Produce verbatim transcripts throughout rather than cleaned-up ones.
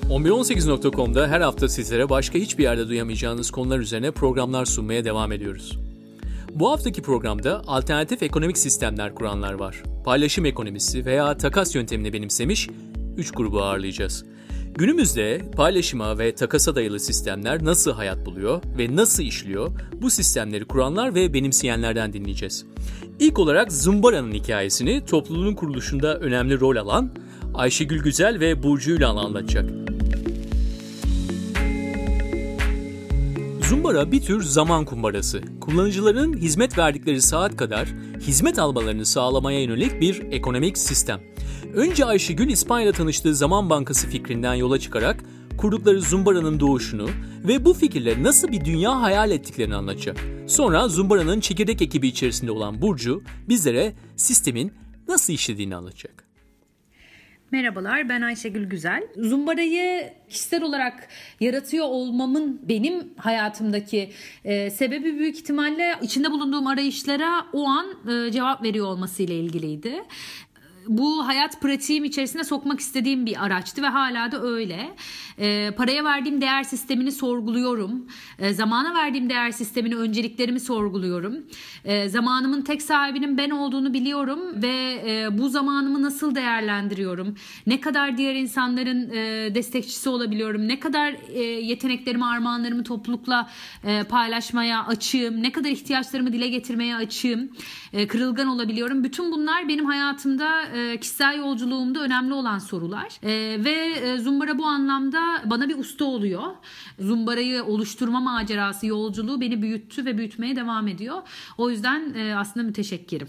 on bir on sekiz nokta com'da her hafta sizlere başka hiçbir yerde duyamayacağınız konular üzerine programlar sunmaya devam ediyoruz. Bu haftaki programda alternatif ekonomik sistemler kuranlar var. Paylaşım ekonomisi veya takas yöntemini benimsemiş üç grubu ağırlayacağız. Günümüzde paylaşıma ve takasa dayalı sistemler nasıl hayat buluyor ve nasıl işliyor, bu sistemleri kuranlar ve benimseyenlerden dinleyeceğiz. İlk olarak Zumbara'nın hikayesini topluluğun kuruluşunda önemli rol alan Ayşegül Güzel ve Burcu Ülan anlatacak. Zumbara bir tür zaman kumbarası. Kullanıcıların hizmet verdikleri saat kadar hizmet almalarını sağlamaya yönelik bir ekonomik sistem. Önce Ayşegül İspanya'da tanıştığı Zaman Bankası fikrinden yola çıkarak kurdukları Zumbara'nın doğuşunu ve bu fikirle nasıl bir dünya hayal ettiklerini anlatacak. Sonra Zumbara'nın çekirdek ekibi içerisinde olan Burcu bizlere sistemin nasıl işlediğini anlatacak. Merhabalar, ben Ayşegül Güzel. Zumbara'yı kişisel olarak yaratıyor olmamın benim hayatımdaki e, sebebi büyük ihtimalle içinde bulunduğum arayışlara o an e, cevap veriyor olmasıyla ilgiliydi. Bu hayat pratiğim içerisine sokmak istediğim bir araçtı ve hala da öyle. E, paraya verdiğim değer sistemini sorguluyorum. E, zamana verdiğim değer sistemini, önceliklerimi sorguluyorum. E, zamanımın tek sahibinin ben olduğunu biliyorum ve e, bu zamanımı nasıl değerlendiriyorum? Ne kadar diğer insanların e, destekçisi olabiliyorum? Ne kadar e, yeteneklerimi, armağanlarımı toplulukla e, paylaşmaya açığım? Ne kadar ihtiyaçlarımı dile getirmeye açığım? E, kırılgan olabiliyorum. Bütün bunlar benim hayatımda, e, kişisel yolculuğumda önemli olan sorular. E, ve e, Zumbara bu anlamda bana bir usta oluyor. Zumbara'yı oluşturma macerası, yolculuğu beni büyüttü ve büyütmeye devam ediyor. O yüzden e, aslında müteşekkirim.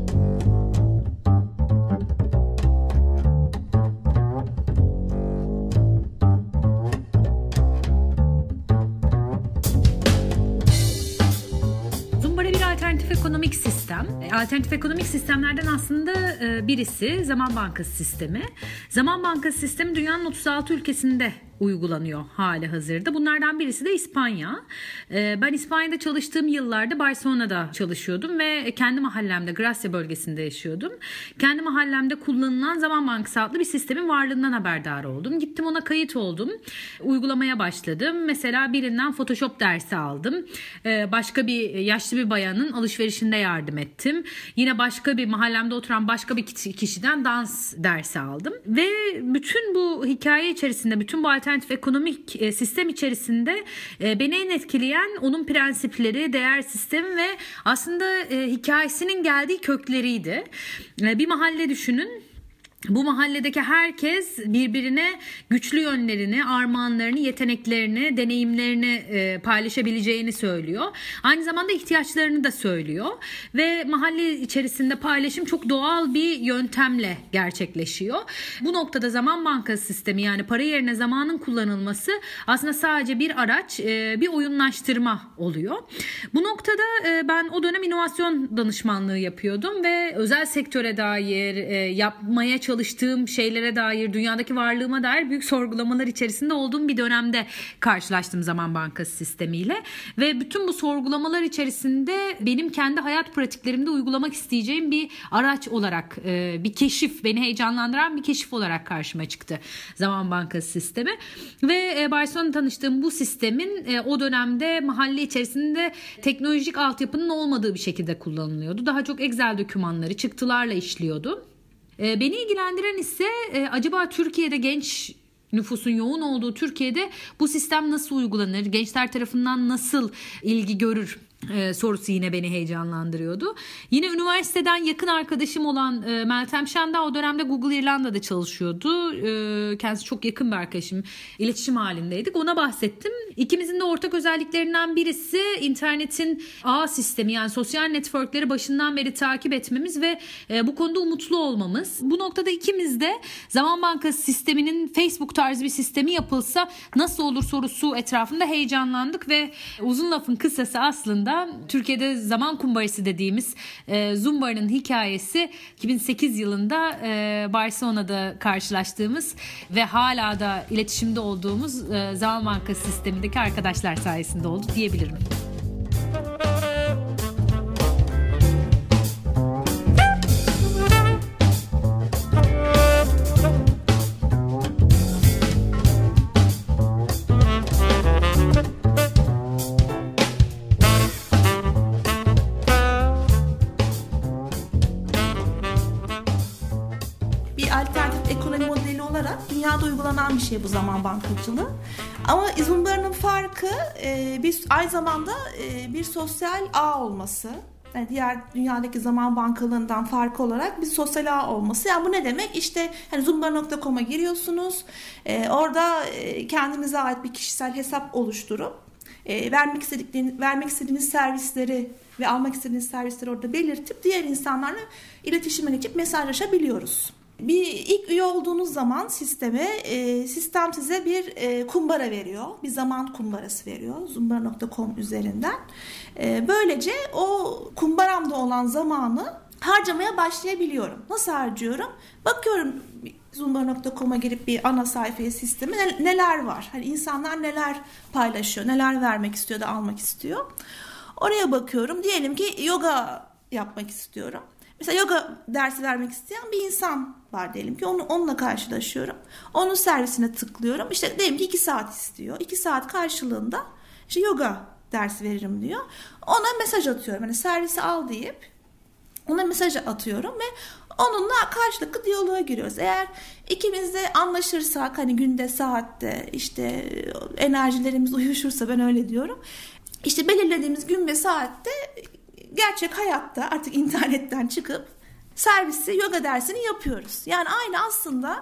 Alternatif ekonomik sistem. Alternatif ekonomik sistemlerden aslında birisi Zaman Bankası sistemi. Zaman Bankası sistemi dünyanın otuz altı ülkesinde uygulanıyor hali hazırda. Bunlardan birisi de İspanya. Ben İspanya'da çalıştığım yıllarda Barcelona'da çalışıyordum ve kendi mahallemde, Gracia bölgesinde yaşıyordum. Kendi mahallemde kullanılan Zaman Bankası adlı bir sistemin varlığından haberdar oldum. Gittim, ona kayıt oldum. Uygulamaya başladım. Mesela birinden Photoshop dersi aldım. Başka bir yaşlı bir bayanın alışverişinde yardım ettim. Yine başka bir mahallemde oturan başka bir kişiden dans dersi aldım. Ve bütün bu hikaye içerisinde, bütün bu alternatif ekonomik sistem içerisinde beni en etkileyen onun prensipleri, değer sistemi ve aslında hikayesinin geldiği kökleriydi. Bir mahalle düşünün. Bu mahalledeki herkes birbirine güçlü yönlerini, armağanlarını, yeteneklerini, deneyimlerini e, paylaşabileceğini söylüyor. Aynı zamanda ihtiyaçlarını da söylüyor. Ve mahalle içerisinde paylaşım çok doğal bir yöntemle gerçekleşiyor. Bu noktada Zaman Bankası sistemi, yani para yerine zamanın kullanılması aslında sadece bir araç, e, bir oyunlaştırma oluyor. Bu noktada e, ben o dönem inovasyon danışmanlığı yapıyordum ve özel sektöre dair e, yapmaya çalıştığım çalıştığım şeylere dair, dünyadaki varlığıma dair büyük sorgulamalar içerisinde olduğum bir dönemde karşılaştım Zaman Bankası sistemiyle ve bütün bu sorgulamalar içerisinde benim kendi hayat pratiklerimde uygulamak isteyeceğim bir araç olarak, bir keşif, beni heyecanlandıran bir keşif olarak karşıma çıktı Zaman Bankası sistemi ve Barcelona'da tanıştığım bu sistemin o dönemde mahalle içerisinde teknolojik altyapının olmadığı bir şekilde kullanılıyordu. Daha çok Excel dokümanları, çıktılarla işliyordu. Beni ilgilendiren ise acaba Türkiye'de genç nüfusun yoğun olduğu Türkiye'de bu sistem nasıl uygulanır? Gençler tarafından nasıl ilgi görür? Ee, sorusu yine beni heyecanlandırıyordu. Yine üniversiteden yakın arkadaşım olan e, Meltem Şendağ o dönemde Google İrlanda'da çalışıyordu. E, kendisi çok yakın bir arkadaşım. İletişim halindeydik. Ona bahsettim. İkimizin de ortak özelliklerinden birisi internetin ağ sistemi, yani sosyal networkleri başından beri takip etmemiz ve e, bu konuda umutlu olmamız. Bu noktada ikimiz de Zaman Bankası sisteminin Facebook tarzı bir sistemi yapılsa nasıl olur sorusu etrafında heyecanlandık ve uzun lafın kısası aslında Türkiye'de zaman kumbarası dediğimiz e, Zumbara'nın hikayesi iki bin sekiz yılında e, Barcelona'da karşılaştığımız ve hala da iletişimde olduğumuz e, Zaman Bankası sistemindeki arkadaşlar sayesinde oldu diyebilirim. bir şey bu zaman bankacılığı. Ama Zumbara'nın farkı e, bir, aynı zamanda e, bir sosyal ağ olması. Yani diğer dünyadaki zaman bankalığından farkı olarak bir sosyal ağ olması. Yani bu ne demek? İşte hani zumbara nokta com'a giriyorsunuz. E, orada e, kendinize ait bir kişisel hesap oluşturup e, vermek istedikleriniz, vermek istediğiniz servisleri ve almak istediğiniz servisleri orada belirtip diğer insanlarla iletişime geçip mesajlaşabiliyoruz. Bir ilk üye olduğunuz zaman sisteme, e, sistem size bir e, kumbara veriyor. Bir zaman kumbarası veriyor zumbara nokta com üzerinden. E, böylece o kumbaramda olan zamanı harcamaya başlayabiliyorum. Nasıl harcıyorum? Bakıyorum zumbara nokta com'a girip bir ana sayfaya, sisteme neler var? Hani insanlar neler paylaşıyor, neler vermek istiyor da almak istiyor. Oraya bakıyorum. Diyelim ki yoga yapmak istiyorum. Mesela yoga dersi vermek isteyen bir insan var diyelim ki onu, onunla karşılaşıyorum. Onun servisine tıklıyorum. İşte diyelim ki iki saat istiyor. iki saat karşılığında işte yoga dersi veririm diyor. Ona mesaj atıyorum. Hani servisi al deyip ona mesaj atıyorum ve onunla karşılıklı diyaloğa giriyoruz. Eğer ikimiz de anlaşırsak hani günde, saatte işte enerjilerimiz uyuşursa ben öyle diyorum. İşte belirlediğimiz gün ve saatte gerçek hayatta artık internetten çıkıp servisi, yoga dersini yapıyoruz. Yani aynı aslında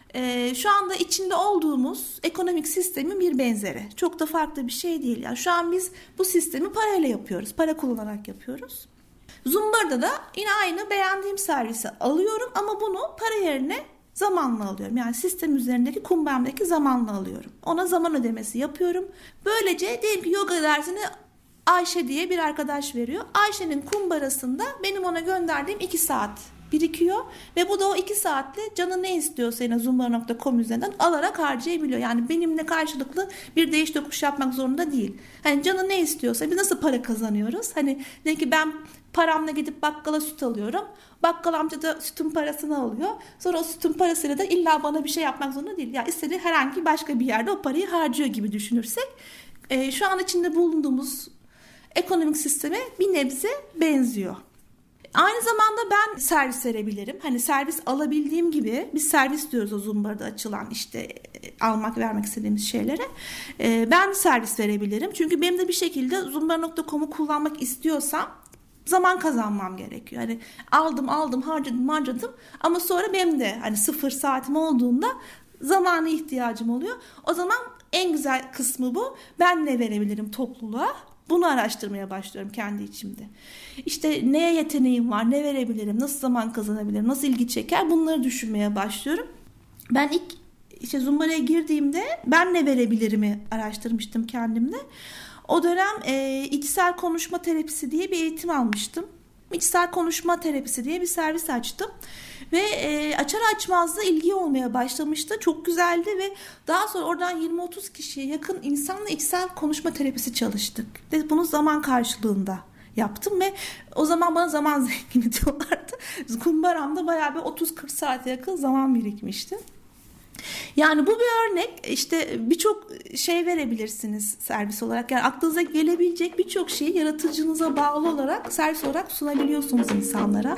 e, şu anda içinde olduğumuz ekonomik sistemin bir benzeri. Çok da farklı bir şey değil. Yani şu an biz bu sistemi parayla yapıyoruz. Para kullanarak yapıyoruz. Zumbara'da da yine aynı beğendiğim servisi alıyorum ama bunu para yerine zamanla alıyorum. Yani sistem üzerindeki kumbaramdaki zamanla alıyorum. Ona zaman ödemesi yapıyorum. Böylece diyelim ki yoga dersini Ayşe diye bir arkadaş veriyor. Ayşe'nin kumbarasında benim ona gönderdiğim iki saat birikiyor ve bu da o iki saatle canı ne istiyorsa yine zumbara nokta com üzerinden alarak harcayabiliyor. Yani benimle karşılıklı bir değiş tokuş yapmak zorunda değil. Hani canı ne istiyorsa, biz nasıl para kazanıyoruz? Hani diyelim ki ben paramla gidip bakkala süt alıyorum. Bakkal amca da sütün parasını alıyor. Sonra o sütün parasıyla da illa bana bir şey yapmak zorunda değil. Ya yani istediği herhangi başka bir yerde o parayı harcıyor gibi düşünürsek e, şu an içinde bulunduğumuz ekonomik sisteme bir nebze benziyor. Aynı zamanda ben servis verebilirim. Hani servis alabildiğim gibi, biz servis diyoruz o Zumbara'da açılan işte almak vermek istediğimiz şeylere. Ee, ben servis verebilirim. Çünkü benim de bir şekilde zumbara nokta com'u kullanmak istiyorsam zaman kazanmam gerekiyor. Hani aldım aldım harcadım harcadım ama sonra benim de hani sıfır saatim olduğunda zamana ihtiyacım oluyor. O zaman en güzel kısmı bu. Ben ne verebilirim topluluğa? Bunu araştırmaya başlıyorum kendi içimde. İşte neye yeteneğim var, ne verebilirim, nasıl zaman kazanabilirim, nasıl ilgi çeker, bunları düşünmeye başlıyorum. Ben ilk işte Zumbara'ya girdiğimde ben ne verebilirimi araştırmıştım kendimde. O dönem e, içsel konuşma terapisi diye bir eğitim almıştım. İçsel konuşma terapisi diye bir servis açtım. Ve e, açar açmaz da ilgi olmaya başlamıştı. Çok güzeldi ve daha sonra oradan yirmi otuz kişiye yakın insanla içsel konuşma terapisi çalıştık. Ve bunu zaman karşılığında yaptım ve o zaman bana zaman zengini diyorlardı. Kumbaramda bayağı bir otuz kırk saate yakın zaman birikmişti. Yani bu bir örnek. İşte birçok şey verebilirsiniz servis olarak. Yani aklınıza gelebilecek birçok şeyi yaratıcınıza bağlı olarak servis olarak sunabiliyorsunuz insanlara.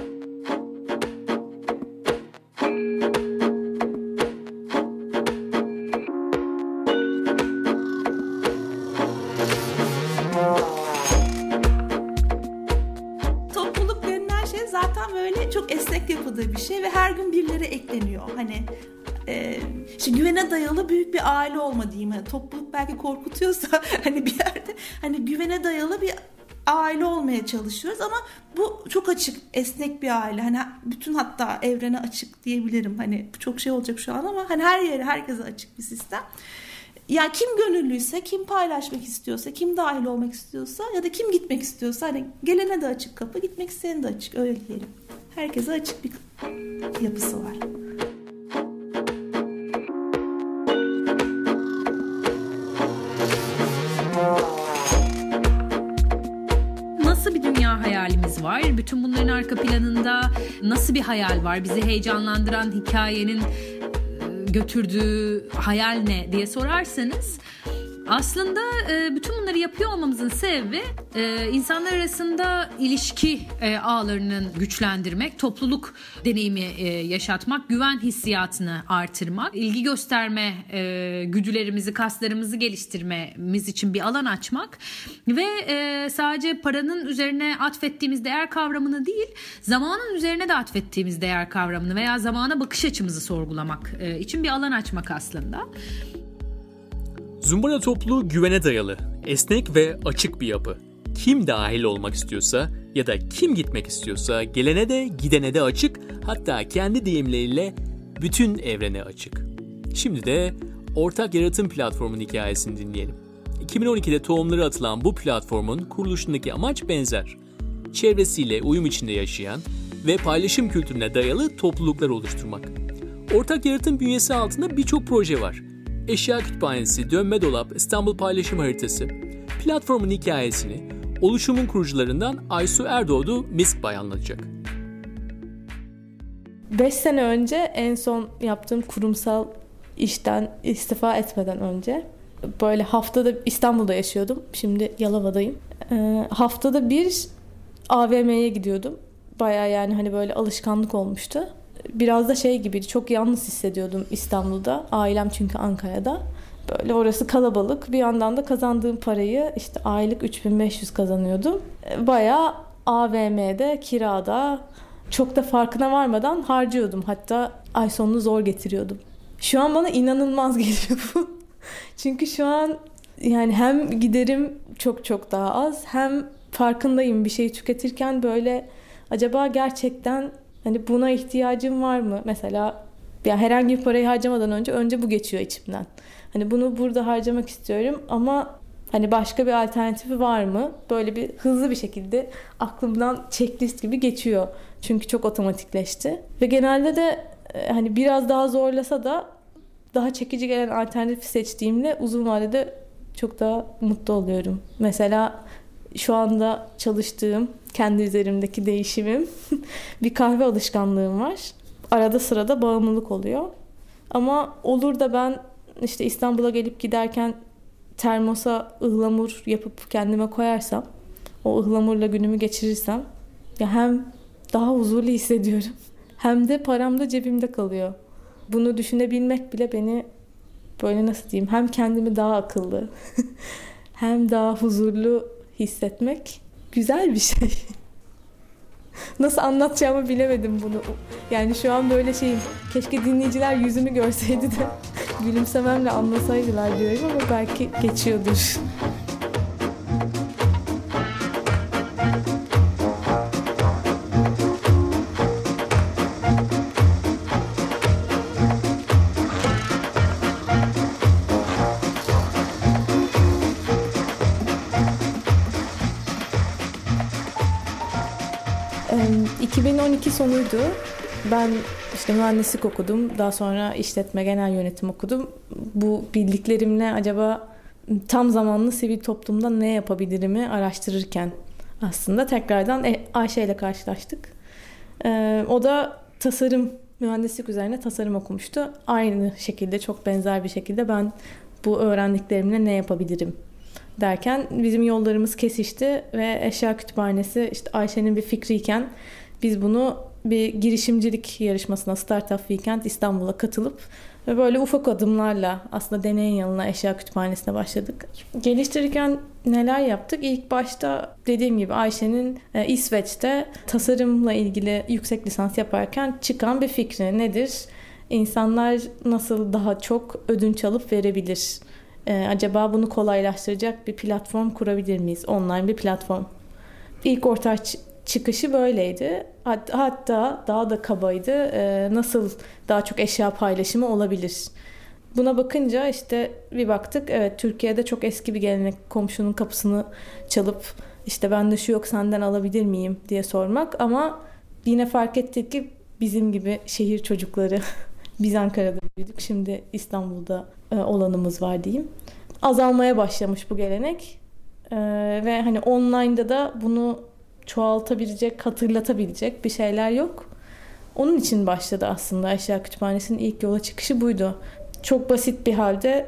Topluluk denilen şey zaten böyle çok esnek yapıda bir şey ve her gün birileri ekleniyor. Hani Ee, işte güvene dayalı büyük bir aile olma diyeyim. Hani topluluk belki korkutuyorsa hani bir yerde hani güvene dayalı bir aile olmaya çalışıyoruz ama bu çok açık, esnek bir aile. Hani bütün hatta evrene açık diyebilirim. Hani çok şey olacak şu an ama hani her yere, herkese açık bir sistem. Ya kim gönüllüyse, kim paylaşmak istiyorsa, kim dahil olmak istiyorsa ya da kim gitmek istiyorsa hani gelene de açık kapı, gitmek isteyene de açık, öyle diyelim. Herkese açık bir yapısı var. Nasıl bir dünya hayalimiz var? Bütün bunların arka planında nasıl bir hayal var? Bizi heyecanlandıran hikayenin götürdüğü hayal ne diye sorarsanız aslında bütün bunları bunları yapıyor olmamızın sebebi e, insanlar arasında ilişki e, ağlarının güçlendirmek, topluluk deneyimi e, yaşatmak, güven hissiyatını artırmak, ilgi gösterme e, güdülerimizi, kaslarımızı geliştirmemiz için bir alan açmak ve e, sadece paranın üzerine atfettiğimiz değer kavramını değil, zamanın üzerine de atfettiğimiz değer kavramını veya zamana bakış açımızı sorgulamak e, için bir alan açmak aslında. Zumbara topluluğu güvene dayalı, esnek ve açık bir yapı. Kim dahil olmak istiyorsa ya da kim gitmek istiyorsa gelene de gidene de açık, hatta kendi deyimleriyle bütün evrene açık. Şimdi de Ortak Yaratım Platformu'nun hikayesini dinleyelim. iki bin on ikide tohumları atılan bu platformun kuruluşundaki amaç benzer. Çevresiyle uyum içinde yaşayan ve paylaşım kültürüne dayalı topluluklar oluşturmak. Ortak Yaratım bünyesi altında birçok proje var. Eşya Kütüphanesi, Dönme Dolap, İstanbul Paylaşım Haritası. Platformun hikayesini oluşumun kurucularından Aysu Erdoğdu Miskbay anlatacak. beş sene önce en son yaptığım kurumsal işten istifa etmeden önce böyle haftada İstanbul'da yaşıyordum. Şimdi Yalova'dayım. Ee, haftada bir A V M'ye gidiyordum. Bayağı yani hani böyle alışkanlık olmuştu. Biraz da şey gibiydi. Çok yalnız hissediyordum İstanbul'da. Ailem çünkü Ankara'da. Böyle orası kalabalık. Bir yandan da kazandığım parayı işte aylık üç bin beş yüz kazanıyordum. Bayağı A V M'de, kirada çok da farkına varmadan harcıyordum. Hatta ay sonunu zor getiriyordum. Şu an bana inanılmaz geliyor bu. Çünkü şu an yani hem giderim çok çok daha az, hem farkındayım bir şeyi tüketirken böyle acaba gerçekten hani buna ihtiyacım var mı? Mesela ya herhangi bir parayı harcamadan önce önce bu geçiyor içimden. Hani bunu burada harcamak istiyorum ama hani başka bir alternatifi var mı? Böyle bir hızlı bir şekilde aklımdan checklist gibi geçiyor. Çünkü çok otomatikleşti. Ve genelde de hani biraz daha zorlasa da daha çekici gelen alternatifi seçtiğimde uzun vadede çok daha mutlu oluyorum. Mesela şu anda çalıştığım, kendi üzerimdeki değişimim bir kahve alışkanlığım var. Arada sırada bağımlılık oluyor. Ama olur da ben işte İstanbul'a gelip giderken termosa ıhlamur yapıp kendime koyarsam, o ıhlamurla günümü geçirirsem ya hem daha huzurlu hissediyorum hem de param da cebimde kalıyor. Bunu düşünebilmek bile beni böyle nasıl diyeyim, hem kendimi daha akıllı hem daha huzurlu hissetmek güzel bir şey. Nasıl anlatacağımı bilemedim bunu. Yani şu an böyle şeyim. Keşke dinleyiciler yüzümü görseydi de gülümsememle anlasaydılar diyorum ama belki geçiyordur. iki bin on iki sonuydu. Ben işte mühendislik okudum. Daha sonra işletme genel yönetim okudum. Bu bildiklerimle acaba tam zamanlı sivil toplumda ne yapabilirimi araştırırken aslında tekrardan Ayşe ile karşılaştık. Ee, o da tasarım, mühendislik üzerine tasarım okumuştu. Aynı şekilde, çok benzer bir şekilde ben bu öğrendiklerimle ne yapabilirim derken bizim yollarımız kesişti ve Eşya Kütüphanesi işte Ayşe'nin bir fikriyken biz bunu bir girişimcilik yarışmasına, Startup Weekend İstanbul'a katılıp ve böyle ufak adımlarla aslında deneyin yanına Eşya Kütüphanesi'ne başladık. Geliştirirken neler yaptık? İlk başta dediğim gibi Ayşe'nin e, İsveç'te tasarımla ilgili yüksek lisans yaparken çıkan bir fikri nedir? İnsanlar nasıl daha çok ödünç alıp verebilir? Ee, acaba bunu kolaylaştıracak bir platform kurabilir miyiz? Online bir platform. İlk ortak ç- çıkışı böyleydi. Hat- hatta daha da kabaydı. Ee, nasıl daha çok eşya paylaşımı olabilir? Buna bakınca işte bir baktık. Evet, Türkiye'de çok eski bir gelenek, komşunun kapısını çalıp işte bende şu yok senden alabilir miyim diye sormak. Ama yine fark ettik ki bizim gibi şehir çocukları biz Ankara'da büyüdük. Şimdi İstanbul'da e, olanımız var diyeyim. Azalmaya başlamış bu gelenek. E, ve hani online'da da bunu çoğaltabilecek, hatırlatabilecek bir şeyler yok. Onun için başladı aslında Eşya Kütüphanesi'nin ilk yola çıkışı buydu. Çok basit bir halde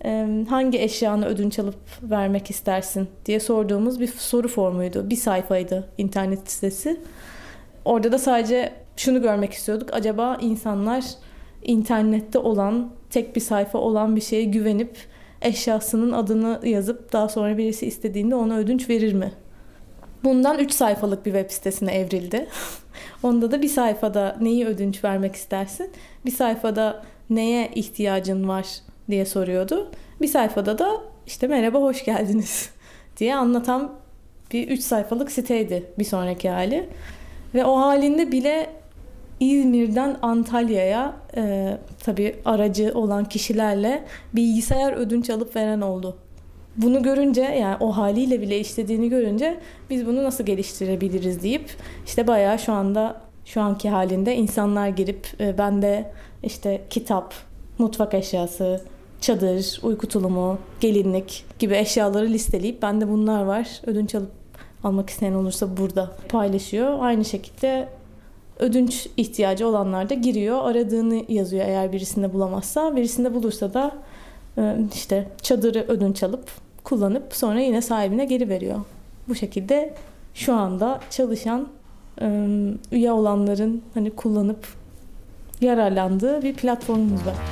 hangi eşyanı ödünç alıp vermek istersin diye sorduğumuz bir soru formuydu. Bir sayfaydı internet sitesi. Orada da sadece şunu görmek istiyorduk. Acaba insanlar internette olan, tek bir sayfa olan bir şeye güvenip eşyasının adını yazıp daha sonra birisi istediğinde ona ödünç verir mi? Bundan üç sayfalık bir web sitesine evrildi. Onda da bir sayfada neyi ödünç vermek istersin? Bir sayfada neye ihtiyacın var diye soruyordu. Bir sayfada da işte merhaba hoş geldiniz diye anlatan bir üç sayfalık siteydi bir sonraki hali. Ve o halinde bile İzmir'den Antalya'ya e, tabii aracı olan kişilerle bilgisayar ödünç alıp veren oldu. Bunu görünce, yani o haliyle bile işlediğini görünce biz bunu nasıl geliştirebiliriz deyip işte bayağı şu anda şu anki halinde insanlar girip e, ben de işte kitap, mutfak eşyası, çadır, uyku tulumu, gelinlik gibi eşyaları listeleyip bende bunlar var, ödünç alıp almak isteyen olursa burada paylaşıyor. Aynı şekilde ödünç ihtiyacı olanlar da giriyor, aradığını yazıyor eğer birisinde bulamazsa. Birisinde bulursa da işte çadırı ödünç alıp kullanıp sonra yine sahibine geri veriyor. Bu şekilde şu anda çalışan, üye olanların hani kullanıp yararlandığı bir platformumuz var.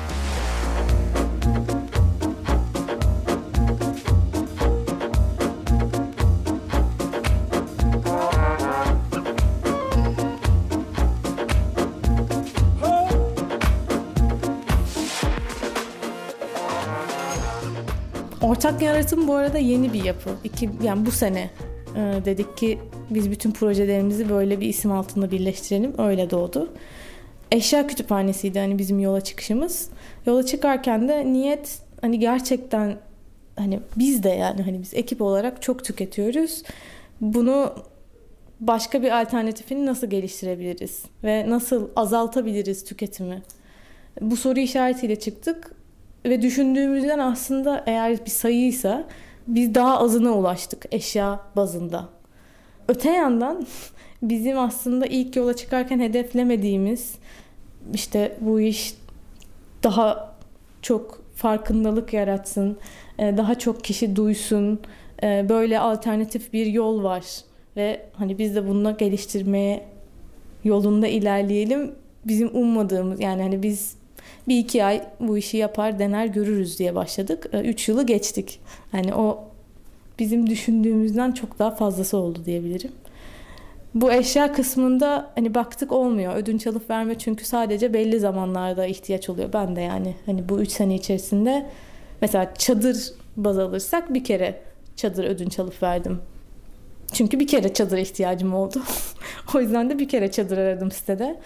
Ortak yaratım bu arada yeni bir yapı. İki, yani bu sene e, dedik ki biz bütün projelerimizi böyle bir isim altında birleştirelim. Öyle doğdu. Eşya kütüphanesiydi hani bizim yola çıkışımız. Yola çıkarken de niyet hani gerçekten hani biz de yani hani biz ekip olarak çok tüketiyoruz. Bunu başka bir alternatifini nasıl geliştirebiliriz ve nasıl azaltabiliriz tüketimi? Bu soru işaretiyle çıktık. Ve düşündüğümüzden aslında eğer bir sayıysa biz daha azına ulaştık eşya bazında. Öte yandan bizim aslında ilk yola çıkarken hedeflemediğimiz işte bu iş daha çok farkındalık yaratsın, daha çok kişi duysun, böyle alternatif bir yol var ve hani biz de bunu geliştirmeye yolunda ilerleyelim. Bizim ummadığımız yani hani biz bir iki ay bu işi yapar, dener, görürüz diye başladık. Üç yılı geçtik. Yani o bizim düşündüğümüzden çok daha fazlası oldu diyebilirim. Bu eşya kısmında hani baktık olmuyor. Ödünç alıp verme çünkü sadece belli zamanlarda ihtiyaç oluyor. Ben de yani hani bu üç sene içerisinde mesela çadır baz alırsak bir kere çadır ödünç alıp verdim. Çünkü bir kere çadıra ihtiyacım oldu. O yüzden de bir kere çadır aradım sitede.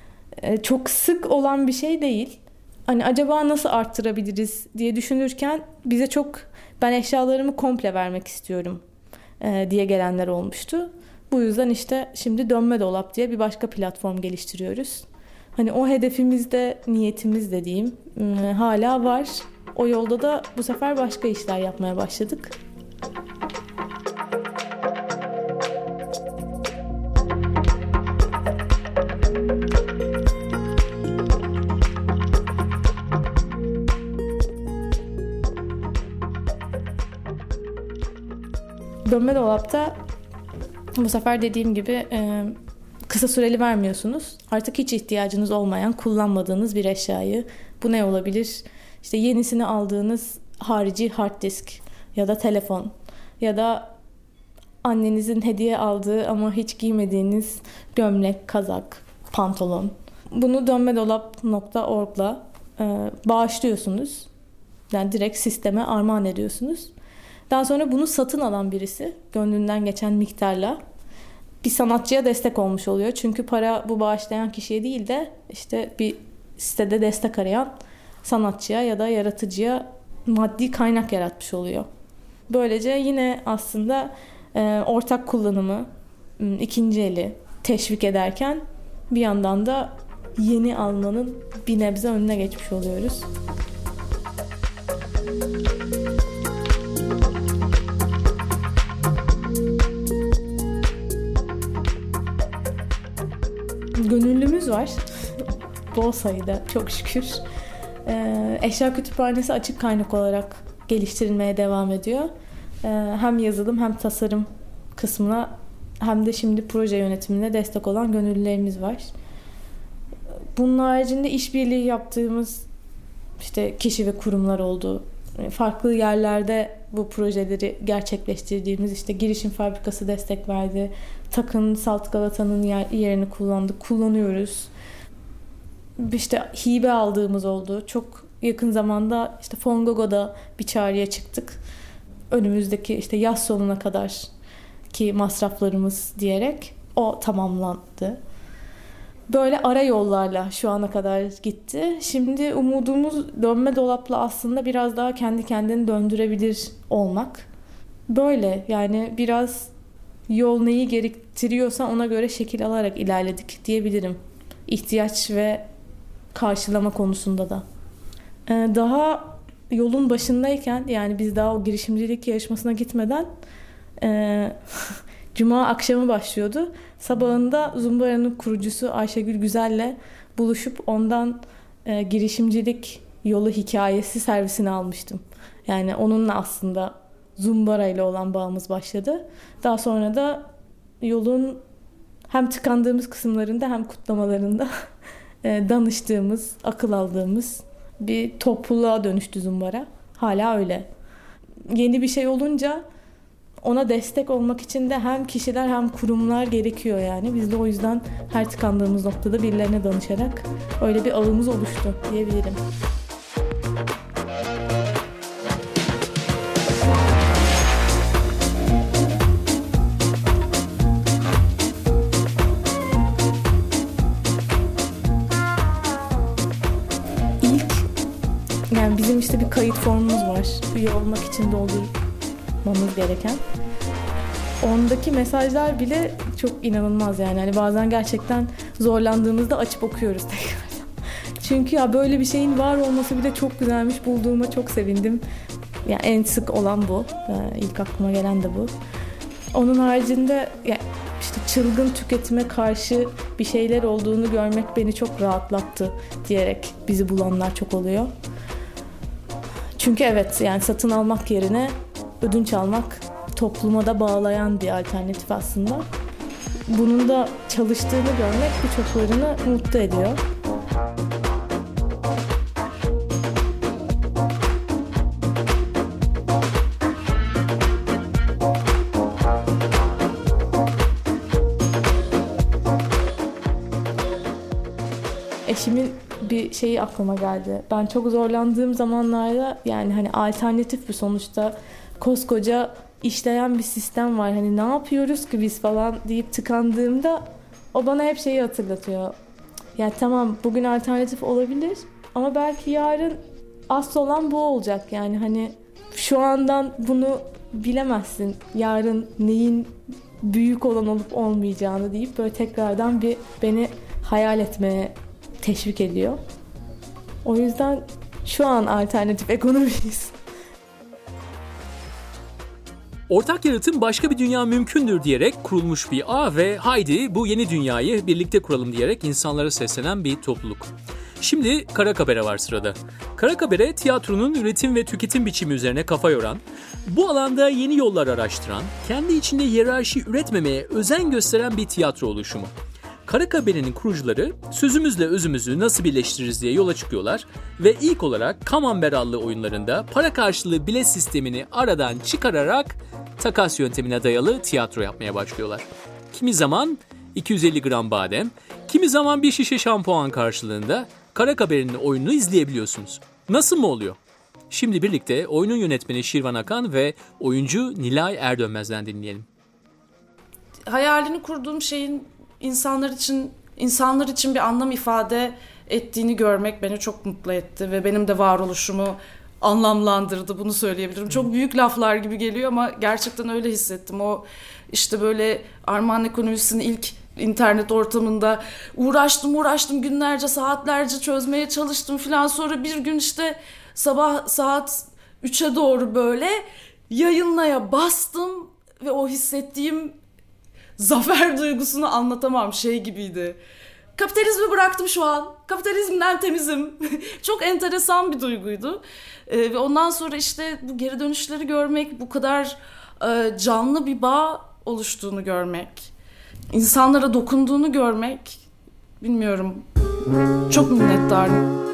Çok sık olan bir şey değil. Hani acaba nasıl arttırabiliriz diye düşünürken bize çok ben eşyalarımı komple vermek istiyorum e, diye gelenler olmuştu. Bu yüzden işte şimdi Dönme Dolap diye bir başka platform geliştiriyoruz. Hani o hedefimizde, niyetimiz de diyeyim e, hala var. O yolda da bu sefer başka işler yapmaya başladık. Dönme Dolap'ta bu sefer dediğim gibi e, kısa süreli vermiyorsunuz. Artık hiç ihtiyacınız olmayan, kullanmadığınız bir eşyayı. Bu ne olabilir? İşte yenisini aldığınız harici hard disk ya da telefon ya da annenizin hediye aldığı ama hiç giymediğiniz gömlek, kazak, pantolon. Bunu dönmedolap nokta org'la e, bağışlıyorsunuz. Yani direkt sisteme armağan ediyorsunuz. Daha sonra bunu satın alan birisi gönlünden geçen miktarla bir sanatçıya destek olmuş oluyor. Çünkü para bu bağışlayan kişiye değil de işte bir sitede destek arayan sanatçıya ya da yaratıcıya maddi kaynak yaratmış oluyor. Böylece yine aslında e, ortak kullanımı, ikinci eli teşvik ederken bir yandan da yeni almanın bir nebze önüne geçmiş oluyoruz. Gönüllümüz var. Bol sayıda çok şükür. Ee, eşya kütüphanesi açık kaynak olarak geliştirilmeye devam ediyor. Ee, hem yazılım hem tasarım kısmına hem de şimdi proje yönetimine destek olan gönüllülerimiz var. Bunun haricinde işbirliği yaptığımız işte kişi ve kurumlar oldu. Farklı yerlerde bu projeleri gerçekleştirdiğimiz işte Girişim Fabrikası destek verdi. Takın, Salt Galata'nın yer, yerini kullandık, kullanıyoruz. İşte hibe aldığımız oldu. Çok yakın zamanda işte Fongogo'da bir çağrıya çıktık. Önümüzdeki işte yaz sonuna kadar ki masraflarımız diyerek o tamamlandı. Böyle ara yollarla şu ana kadar gitti. Şimdi umudumuz dönme dolapla aslında biraz daha kendi kendini döndürebilir olmak. Böyle yani biraz yol neyi gerektiriyorsa ona göre şekil alarak ilerledik diyebilirim. İhtiyaç ve karşılama konusunda da. Ee, daha yolun başındayken yani biz daha o girişimcilik yarışmasına gitmeden e, Cuma akşamı başlıyordu. Sabahında Zumbara'nın kurucusu Ayşegül Güzel'le buluşup ondan e, girişimcilik yolu hikayesi servisini almıştım. Yani onunla aslında Zumbara ile olan bağımız başladı. Daha sonra da yolun hem tıkandığımız kısımlarında hem kutlamalarında e, danıştığımız, akıl aldığımız bir topluluğa dönüştü Zumbara. Hala öyle. Yeni bir şey olunca ona destek olmak için de hem kişiler hem kurumlar gerekiyor yani. Biz de o yüzden her tıkandığımız noktada birilerine danışarak öyle bir ağımız oluştu diyebilirim. İlk yani bizim işte bir kayıt formumuz var. Üye olmak için doldurmamız gereken. Ondaki mesajlar bile çok inanılmaz yani. Hani bazen gerçekten zorlandığımızda açıp okuyoruz tekrardan. Çünkü ya böyle bir şeyin var olması bile çok güzelmiş. Bulduğuma çok sevindim. Yani en sık olan bu. Yani ilk aklıma gelen de bu. Onun haricinde yani işte çılgın tüketime karşı bir şeyler olduğunu görmek beni çok rahatlattı diyerek bizi bulanlar çok oluyor. Çünkü evet yani satın almak yerine ödünç almak topluma da bağlayan bir alternatif aslında. Bunun da çalıştığını görmek birçoklarını mutlu ediyor. Eşimin bir şeyi aklıma geldi. Ben çok zorlandığım zamanlarda yani hani alternatif bir sonuçta koskoca işleyen bir sistem var. Hani ne yapıyoruz ki biz falan deyip tıkandığımda o bana hep şeyi hatırlatıyor. Ya tamam bugün alternatif olabilir ama belki yarın asıl olan bu olacak. Yani hani şu andan bunu bilemezsin. Yarın neyin büyük olan olup olmayacağını deyip böyle tekrardan bir beni hayal etmeye teşvik ediyor. O yüzden şu an alternatif ekonomiyiz. Ortak yaratım başka bir dünya mümkündür diyerek kurulmuş bir ağ ve haydi bu yeni dünyayı birlikte kuralım diyerek insanlara seslenen bir topluluk. Şimdi Karakabere var sırada. Karakabere tiyatronun üretim ve tüketim biçimi üzerine kafa yoran, bu alanda yeni yollar araştıran, kendi içinde hiyerarşi üretmemeye özen gösteren bir tiyatro oluşumu. Karakabere'nin kurucuları sözümüzle özümüzü nasıl birleştiririz diye yola çıkıyorlar ve ilk olarak Camembert adlı oyunlarında para karşılığı bilet sistemini aradan çıkararak takas yöntemine dayalı tiyatro yapmaya başlıyorlar. Kimi zaman iki yüz elli gram badem, kimi zaman bir şişe şampuan karşılığında Karakabere'nin oyununu izleyebiliyorsunuz. Nasıl mı oluyor? Şimdi birlikte oyunun yönetmeni Şirvan Akan ve oyuncu Nilay Erdönmez'den dinleyelim. Hayalini kurduğum şeyin insanlar için insanlar için bir anlam ifade ettiğini görmek beni çok mutlu etti ve benim de varoluşumu anlamlandırdı, bunu söyleyebilirim. Çok büyük laflar gibi geliyor ama gerçekten öyle hissettim. O işte böyle Armağan ekonomisinin ilk internet ortamında uğraştım uğraştım günlerce saatlerce çözmeye çalıştım filan, sonra bir gün işte sabah saat üçe doğru böyle yayınlaya bastım ve o hissettiğim zafer duygusunu anlatamam, şey gibiydi. kapitalizmi bıraktım şu an. Kapitalizmden temizim. Çok enteresan bir duyguydu. Ee, ve ondan sonra işte bu geri dönüşleri görmek, bu kadar e, canlı bir bağ oluştuğunu görmek, insanlara dokunduğunu görmek, bilmiyorum, çok minnettarım.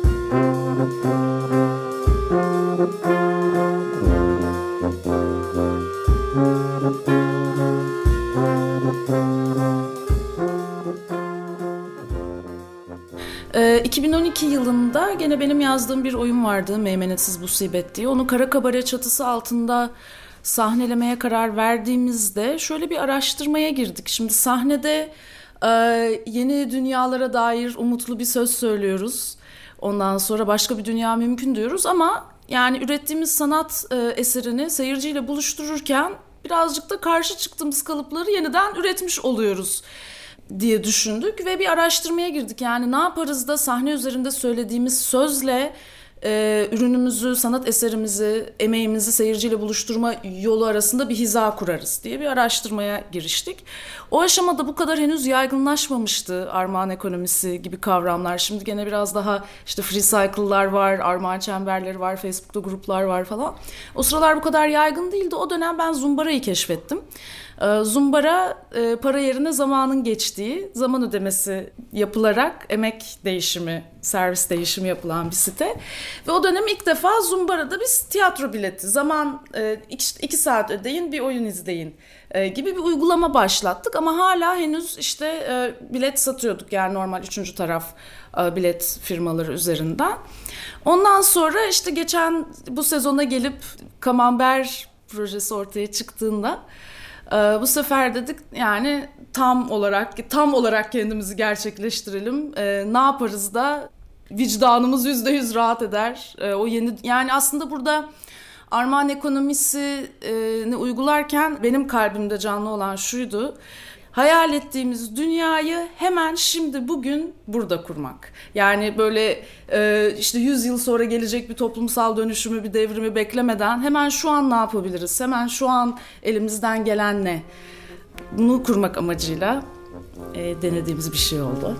Ee, iki bin on iki yılında gene benim yazdığım bir oyun vardı, Meymenetsiz Musibet diye. Onu Kara Kabare çatısı altında sahnelemeye karar verdiğimizde şöyle bir araştırmaya girdik. Şimdi sahnede e, yeni dünyalara dair umutlu bir söz söylüyoruz. Ondan sonra başka bir dünya mümkün diyoruz ama yani ürettiğimiz sanat e, eserini seyirciyle buluştururken birazcık da karşı çıktığımız kalıpları yeniden üretmiş oluyoruz diye düşündük ve bir araştırmaya girdik. Yani ne yaparız da sahne üzerinde söylediğimiz sözle e, ürünümüzü, sanat eserimizi, emeğimizi seyirciyle buluşturma yolu arasında bir hiza kurarız diye bir araştırmaya giriştik. O aşamada bu kadar henüz yaygınlaşmamıştı armağan ekonomisi gibi kavramlar. Şimdi gene biraz daha işte free cycle'lar var, armağan çemberleri var, Facebook'ta gruplar var falan. O sıralar bu kadar yaygın değildi. O dönem ben Zumbara'yı keşfettim. Zumbara para yerine zamanın geçtiği, zaman ödemesi yapılarak emek değişimi, servis değişimi yapılan bir site. Ve o dönem ilk defa Zumbara'da biz tiyatro bileti, zaman iki, iki saat ödeyin bir oyun izleyin gibi bir uygulama başlattık. Ama hala henüz işte bilet satıyorduk, yani normal üçüncü taraf bilet firmaları üzerinden. Ondan sonra işte geçen bu sezona gelip Camembert projesi ortaya çıktığında bu sefer dedik yani tam olarak tam olarak kendimizi gerçekleştirelim. Ne yaparız da vicdanımız yüzde yüz rahat eder. O yeni, yani aslında burada armağan ekonomisini uygularken benim kalbimde canlı olan şuydu: hayal ettiğimiz dünyayı hemen şimdi bugün burada kurmak. Yani böyle e, işte yüz yıl sonra gelecek bir toplumsal dönüşümü, bir devrimi beklemeden hemen şu an ne yapabiliriz? Hemen şu an elimizden gelen ne? Bunu kurmak amacıyla e, denediğimiz bir şey oldu.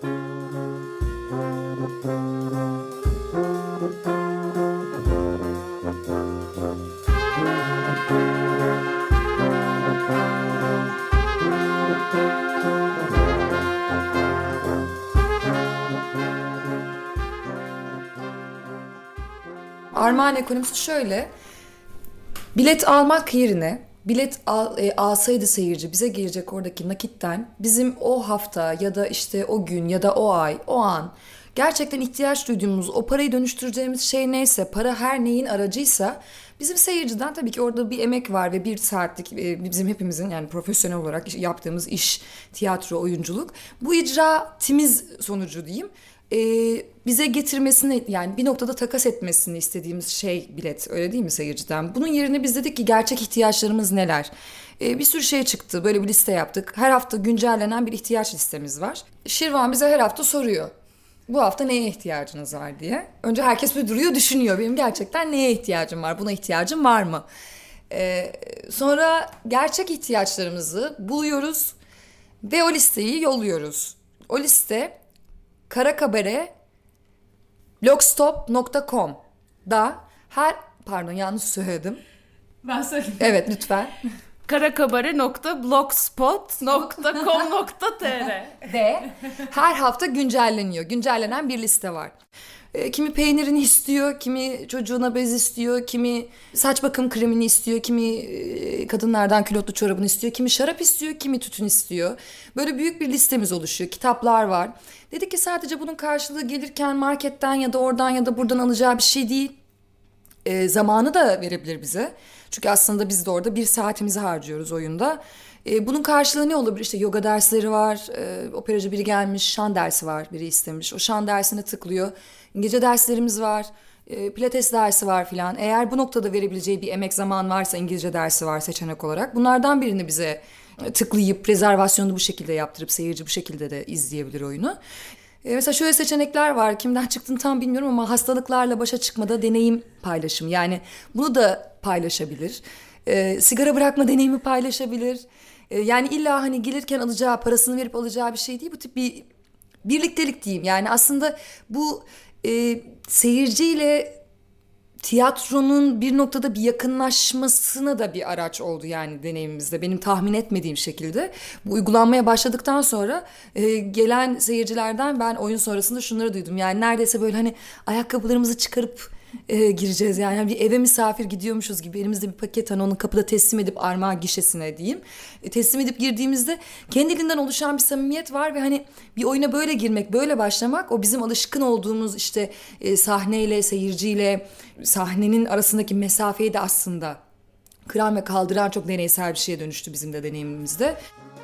Armağan ekonomisi şöyle: bilet almak yerine bilet al, e, alsaydı seyirci bize gelecek oradaki nakitten bizim o hafta ya da işte o gün ya da o ay, o an gerçekten ihtiyaç duyduğumuz, o parayı dönüştüreceğimiz şey neyse, para her neyin aracıysa bizim seyirciden, tabii ki orada bir emek var ve bir saatlik e, bizim hepimizin, yani profesyonel olarak yaptığımız iş, tiyatro, oyunculuk, bu icraatimiz sonucu diyeyim. Ee, bize getirmesini, yani bir noktada takas etmesini istediğimiz şey bilet, öyle değil mi seyirciden? Bunun yerine biz dedik ki gerçek ihtiyaçlarımız neler? Ee, bir sürü şey çıktı, böyle bir liste yaptık. Her hafta güncellenen bir ihtiyaç listemiz var. Şirvan bize her hafta soruyor, bu hafta neye ihtiyacınız var diye. Önce herkes bir duruyor, düşünüyor, benim gerçekten neye ihtiyacım var, buna ihtiyacım var mı? Ee, sonra gerçek ihtiyaçlarımızı buluyoruz ve o listeyi yolluyoruz. O liste karakabare blogspot nokta com'da her, pardon yanlış söyledim. Ben söyledim. Evet lütfen. karakabare nokta blogspot nokta com nokta tr Ve her hafta güncelleniyor. Güncellenen bir liste var. E, kimi peynirini istiyor, kimi çocuğuna bez istiyor, kimi saç bakım kremini istiyor, kimi e, kadınlardan külotlu çorabını istiyor, kimi şarap istiyor, kimi tütün istiyor. Böyle büyük bir listemiz oluşuyor. Kitaplar var. Dedik ki sadece bunun karşılığı gelirken marketten ya da oradan ya da buradan alacağı bir şey değil. E, zamanı da verebilir bize. Çünkü aslında biz de orada bir saatimizi harcıyoruz oyunda. E, bunun karşılığı ne olabilir? İşte yoga dersleri var, e, operacı biri gelmiş, şan dersi var, biri istemiş. O şan dersine tıklıyor. İngilizce derslerimiz var, e, pilates dersi var filan. Eğer bu noktada verebileceği bir emek, zaman varsa, İngilizce dersi var seçenek olarak. Bunlardan birini bize tıklayıp rezervasyonu bu şekilde yaptırıp seyirci bu şekilde de izleyebilir oyunu. E, mesela şöyle seçenekler var. Kimden çıktığını tam bilmiyorum ama hastalıklarla başa çıkmada deneyim paylaşım. Yani bunu da paylaşabilir. E, sigara bırakma deneyimi paylaşabilir. E, yani illa hani gelirken alacağı, parasını verip alacağı bir şey değil. Bu tip bir birliktelik diyeyim. Yani aslında bu e, seyirciyle tiyatronun bir noktada bir yakınlaşmasına da bir araç oldu yani deneyimimizde. Benim tahmin etmediğim şekilde. Bu uygulanmaya başladıktan sonra e, gelen seyircilerden ben oyun sonrasında şunları duydum. Yani neredeyse böyle hani ayakkabılarımızı çıkarıp e, gireceğiz. Yani. yani bir eve misafir gidiyormuşuz gibi elimizde bir paket hani onu kapıda teslim edip armağan gişesine diyeyim. E, teslim edip girdiğimizde kendiliğinden oluşan bir samimiyet var ve hani bir oyuna böyle girmek, böyle başlamak o bizim alışkın olduğumuz işte e, sahneyle, seyirciyle sahnenin arasındaki mesafeyi de aslında kıran ve kaldıran çok deneysel bir şeye dönüştü bizim de deneyimimizde.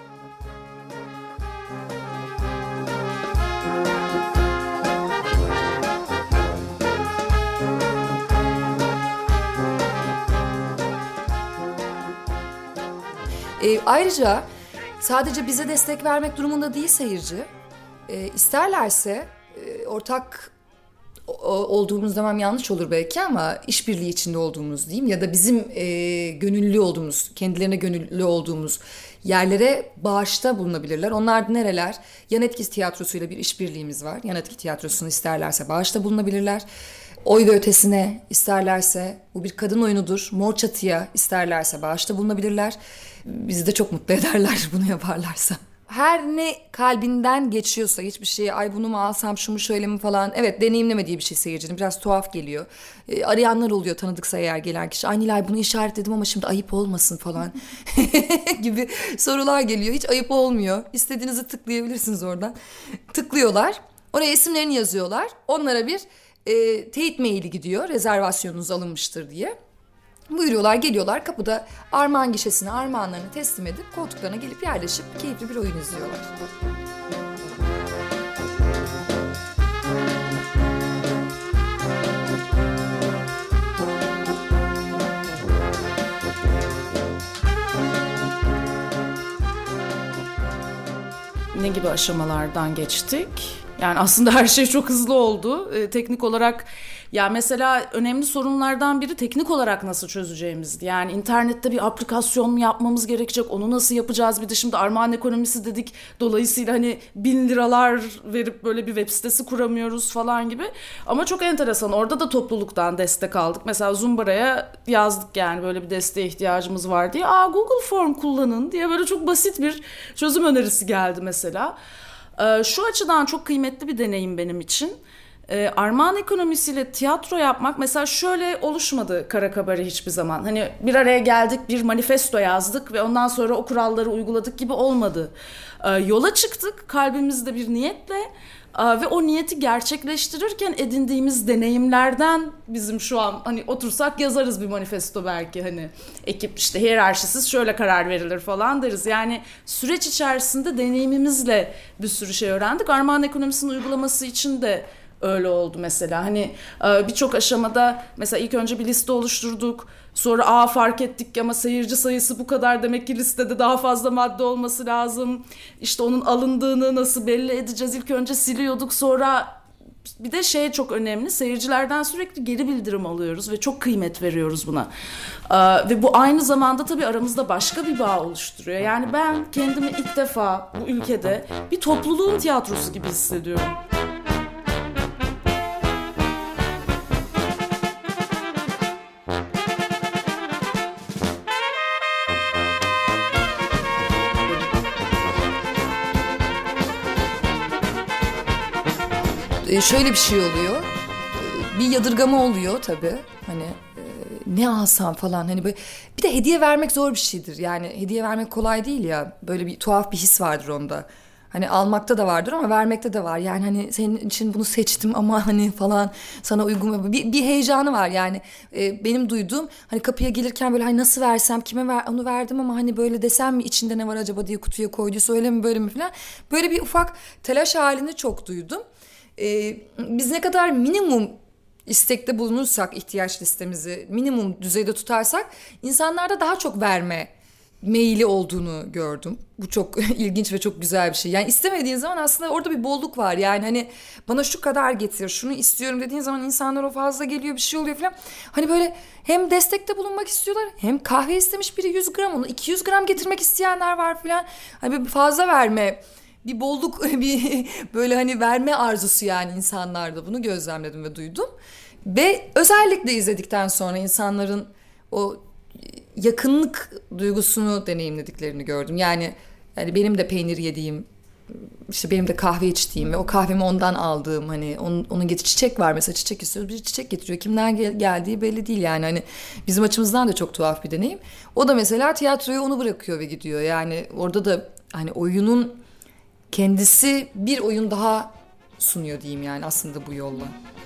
E, ayrıca sadece bize destek vermek durumunda değil seyirci. E, isterlerse e, ortak o, olduğumuz zaman yanlış olur belki ama işbirliği içinde olduğumuz diyeyim ya da bizim e, gönüllü olduğumuz, kendilerine gönüllü olduğumuz yerlere bağışta bulunabilirler. Onlar da nereler? Yan Etki Tiyatrosu'yla bir işbirliğimiz var. Yan Etki Tiyatrosu'nu isterlerse bağışta bulunabilirler. Oy ve Ötesi'ne isterlerse, bu bir kadın oyunudur, Mor Çatı'ya isterlerse bağışta bulunabilirler. Bizi de çok mutlu ederler bunu yaparlarsa. Her ne kalbinden geçiyorsa hiçbir şeyi ay bunu mu alsam şu mu şöyle mi falan. Evet deneyimlemediği bir şey seyircinin biraz tuhaf geliyor. E, arayanlar oluyor tanıdıksa eğer gelen kişi. Ay Nilay bunu işaretledim ama şimdi ayıp olmasın falan gibi sorular geliyor. Hiç ayıp olmuyor. İstediğinizi tıklayabilirsiniz oradan. Tıklıyorlar. Oraya isimlerini yazıyorlar. Onlara bir e, teyit maili gidiyor. Rezervasyonunuz alınmıştır diye. Buyuruyorlar, geliyorlar kapıda armağan gişesine armağanlarını teslim edip koltuklarına gelip yerleşip keyifli bir oyun izliyorlar. Ne gibi aşamalardan geçtik? Yani aslında her şey çok hızlı oldu. Ee, teknik olarak ya mesela önemli sorunlardan biri teknik olarak nasıl çözeceğimizdi. Yani internette bir aplikasyon mu yapmamız gerekecek, onu nasıl yapacağız? Bir de şimdi armağan ekonomisi dedik. Dolayısıyla hani bin liralar verip böyle bir web sitesi kuramıyoruz falan gibi. Ama çok enteresan, orada da topluluktan destek aldık. Mesela Zumbara'ya yazdık yani böyle bir desteğe ihtiyacımız var diye. Aa Google Form kullanın diye böyle çok basit bir çözüm önerisi geldi mesela. Ee, şu açıdan çok kıymetli bir deneyim benim için. Ee, armağan ekonomisiyle tiyatro yapmak mesela şöyle oluşmadı Kara Kabare hiçbir zaman. Hani bir araya geldik, bir manifesto yazdık ve ondan sonra o kuralları uyguladık gibi olmadı. Ee, yola çıktık kalbimizde bir niyetle ee, ve o niyeti gerçekleştirirken edindiğimiz deneyimlerden bizim şu an hani otursak yazarız bir manifesto belki hani ekip işte hiyerarşisiz şöyle karar verilir falan deriz. Yani süreç içerisinde deneyimimizle bir sürü şey öğrendik. Armağan ekonomisinin uygulaması için de öyle oldu mesela. Hani birçok aşamada mesela ilk önce bir liste oluşturduk. Sonra aa fark ettik ama seyirci sayısı bu kadar, demek ki listede daha fazla madde olması lazım. İşte onun alındığını nasıl belli edeceğiz? İlk önce siliyorduk, sonra bir de şey çok önemli, seyircilerden sürekli geri bildirim alıyoruz ve çok kıymet veriyoruz buna. Ee, ve bu aynı zamanda tabii aramızda başka bir bağ oluşturuyor. Yani ben kendimi ilk defa bu ülkede bir topluluğun tiyatrosu gibi hissediyorum. Şöyle bir şey oluyor, bir yadırgama oluyor tabii, hani e, ne alsam falan, hani böyle bir de hediye vermek zor bir şeydir yani, hediye vermek kolay değil ya, böyle bir tuhaf bir his vardır onda, hani almakta da vardır ama vermekte de var yani, hani senin için bunu seçtim ama hani falan sana uygun bir, bir heyecanı var yani. E, benim duyduğum hani kapıya gelirken böyle hani nasıl versem, kime ver, onu verdim ama hani böyle desem mi içinde ne var acaba diye kutuya koyduysa öyle mi böyle mi falan, böyle bir ufak telaş halini çok duydum. Ee, biz ne kadar minimum istekte bulunursak, ihtiyaç listemizi minimum düzeyde tutarsak insanlarda daha çok verme meyili olduğunu gördüm. Bu çok ilginç ve çok güzel bir şey. Yani istemediğin zaman aslında orada bir bolluk var. Yani hani bana şu kadar getir, şunu istiyorum dediğin zaman insanlar o fazla geliyor, bir şey oluyor falan. Hani böyle hem destekte bulunmak istiyorlar, hem kahve istemiş biri yüz gram, onu iki yüz gram getirmek isteyenler var falan. Hani böyle fazla verme bir bolluk, bir böyle hani verme arzusu yani insanlarda, bunu gözlemledim ve duydum. Ve özellikle izledikten sonra insanların o yakınlık duygusunu deneyimlediklerini gördüm. Yani yani benim de peynir yediğim, işte benim de kahve içtiğim ve o kahvemi ondan aldığım, hani onun, onun getir çiçek var mesela, çiçek istiyoruz, bir çiçek getiriyor, kimden gel- geldiği belli değil yani, hani bizim açımızdan da çok tuhaf bir deneyim. O da mesela tiyatroya onu bırakıyor ve gidiyor, yani orada da hani oyunun kendisi bir oyun daha sunuyor diyeyim yani aslında bu yolla.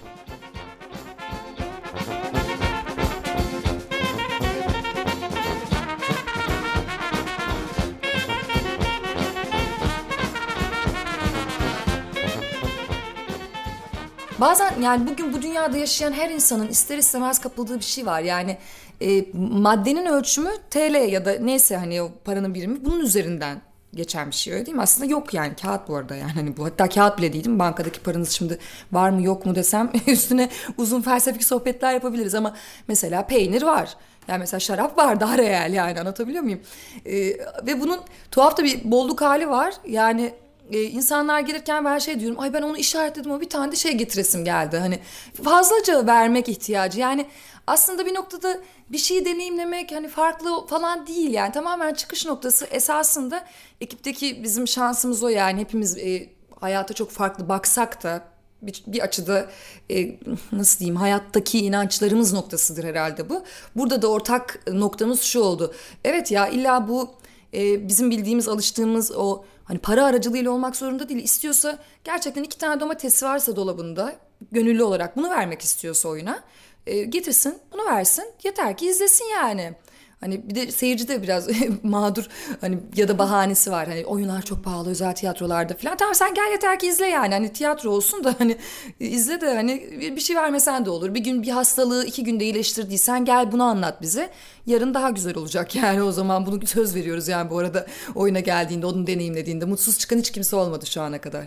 Bazen yani bugün bu dünyada yaşayan her insanın ister istemez kapıldığı bir şey var. Yani e, maddenin ölçümü T L ya da neyse hani o paranın birimi, bunun üzerinden geçen bir şey, öyle değil mi? Aslında yok yani, kağıt bu arada yani, hani bu hatta kağıt bile değil mi? Bankadaki paranız şimdi var mı yok mu desem üstüne uzun felsefik sohbetler yapabiliriz ama mesela peynir var. Yani mesela şarap var, daha reel yani, anlatabiliyor muyum? E, ve bunun tuhaf da bir bolluk hali var. Yani Ee, insanlar gelirken ben şey diyorum, ay ben onu işaretledim ama bir tane de şey getiresim geldi. Hani fazlaca vermek ihtiyacı. Yani aslında bir noktada bir şeyi deneyimlemek hani farklı falan değil yani. Tamamen çıkış noktası esasında ekipteki bizim şansımız o yani. Hepimiz e, hayata çok farklı baksak da bir, bir açıda e, nasıl diyeyim, hayattaki inançlarımız noktasıdır herhalde bu. Burada da ortak noktamız şu oldu. Evet ya, illa bu e, bizim bildiğimiz, alıştığımız o hani para aracılığıyla olmak zorunda değil. İstiyorsa gerçekten iki tane domatesi varsa dolabında, gönüllü olarak bunu vermek istiyorsa oyuna, e, getirsin bunu versin, yeter ki izlesin yani. Hani bir de seyirci de biraz mağdur hani, ya da bahanesi var. Hani oyunlar çok pahalı özel tiyatrolarda falan. Tamam sen gel, yeter ki izle yani. Hani tiyatro olsun da hani izle de hani bir şey vermesen de olur. Bir gün bir hastalığı iki günde iyileştirdiysen gel bunu anlat bize. Yarın daha güzel olacak yani, o zaman bunu söz veriyoruz yani bu arada, oyuna geldiğinde, onu deneyimlediğinde. Mutsuz çıkan hiç kimse olmadı şu ana kadar.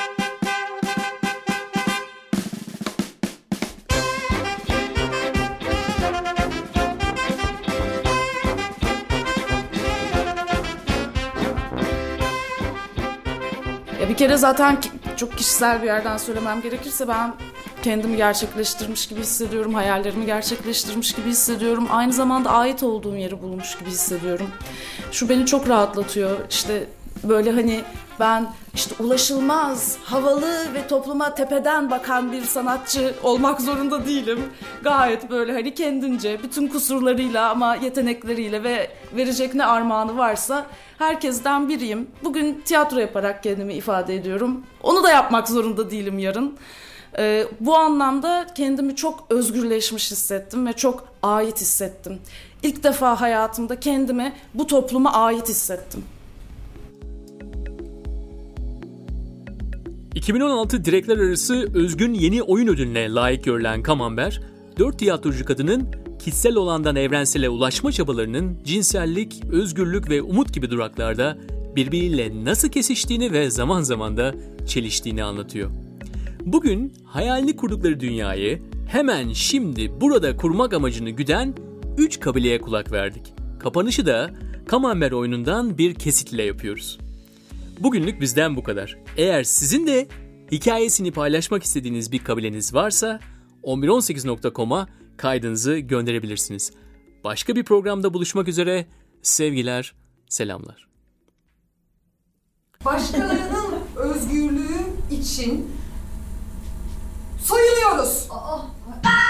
Ya bir kere zaten çok kişisel bir yerden söylemem gerekirse, ben kendimi gerçekleştirmiş gibi hissediyorum, hayallerimi gerçekleştirmiş gibi hissediyorum. Aynı zamanda ait olduğum yeri bulmuş gibi hissediyorum. Şu beni çok rahatlatıyor. İşte böyle hani ben işte ulaşılmaz, havalı ve topluma tepeden bakan bir sanatçı olmak zorunda değilim. Gayet böyle hani kendince, bütün kusurlarıyla ama yetenekleriyle ve verecek ne armağanı varsa herkesten biriyim. Bugün tiyatro yaparak kendimi ifade ediyorum. Onu da yapmak zorunda değilim yarın. Ee, bu anlamda kendimi çok özgürleşmiş hissettim ve çok ait hissettim. İlk defa hayatımda kendimi bu topluma ait hissettim. iki bin on altı Direkler Arası Özgün Yeni Oyun Ödülü'ne layık görülen Camembert, dört tiyatrocu kadının kişisel olandan evrensele ulaşma çabalarının cinsellik, özgürlük ve umut gibi duraklarda birbiriyle nasıl kesiştiğini ve zaman zaman da çeliştiğini anlatıyor. Bugün hayalini kurdukları dünyayı hemen şimdi burada kurmak amacını güden üç kabileye kulak verdik. Kapanışı da Camembert oyunundan bir kesitle yapıyoruz. Bugünlük bizden bu kadar. Eğer sizin de hikayesini paylaşmak istediğiniz bir kabileniz varsa on bir on sekiz nokta com'a kaydınızı gönderebilirsiniz. Başka bir programda buluşmak üzere. Sevgiler, selamlar. Başkalarının özgürlüğü için soyuluyoruz. Aa,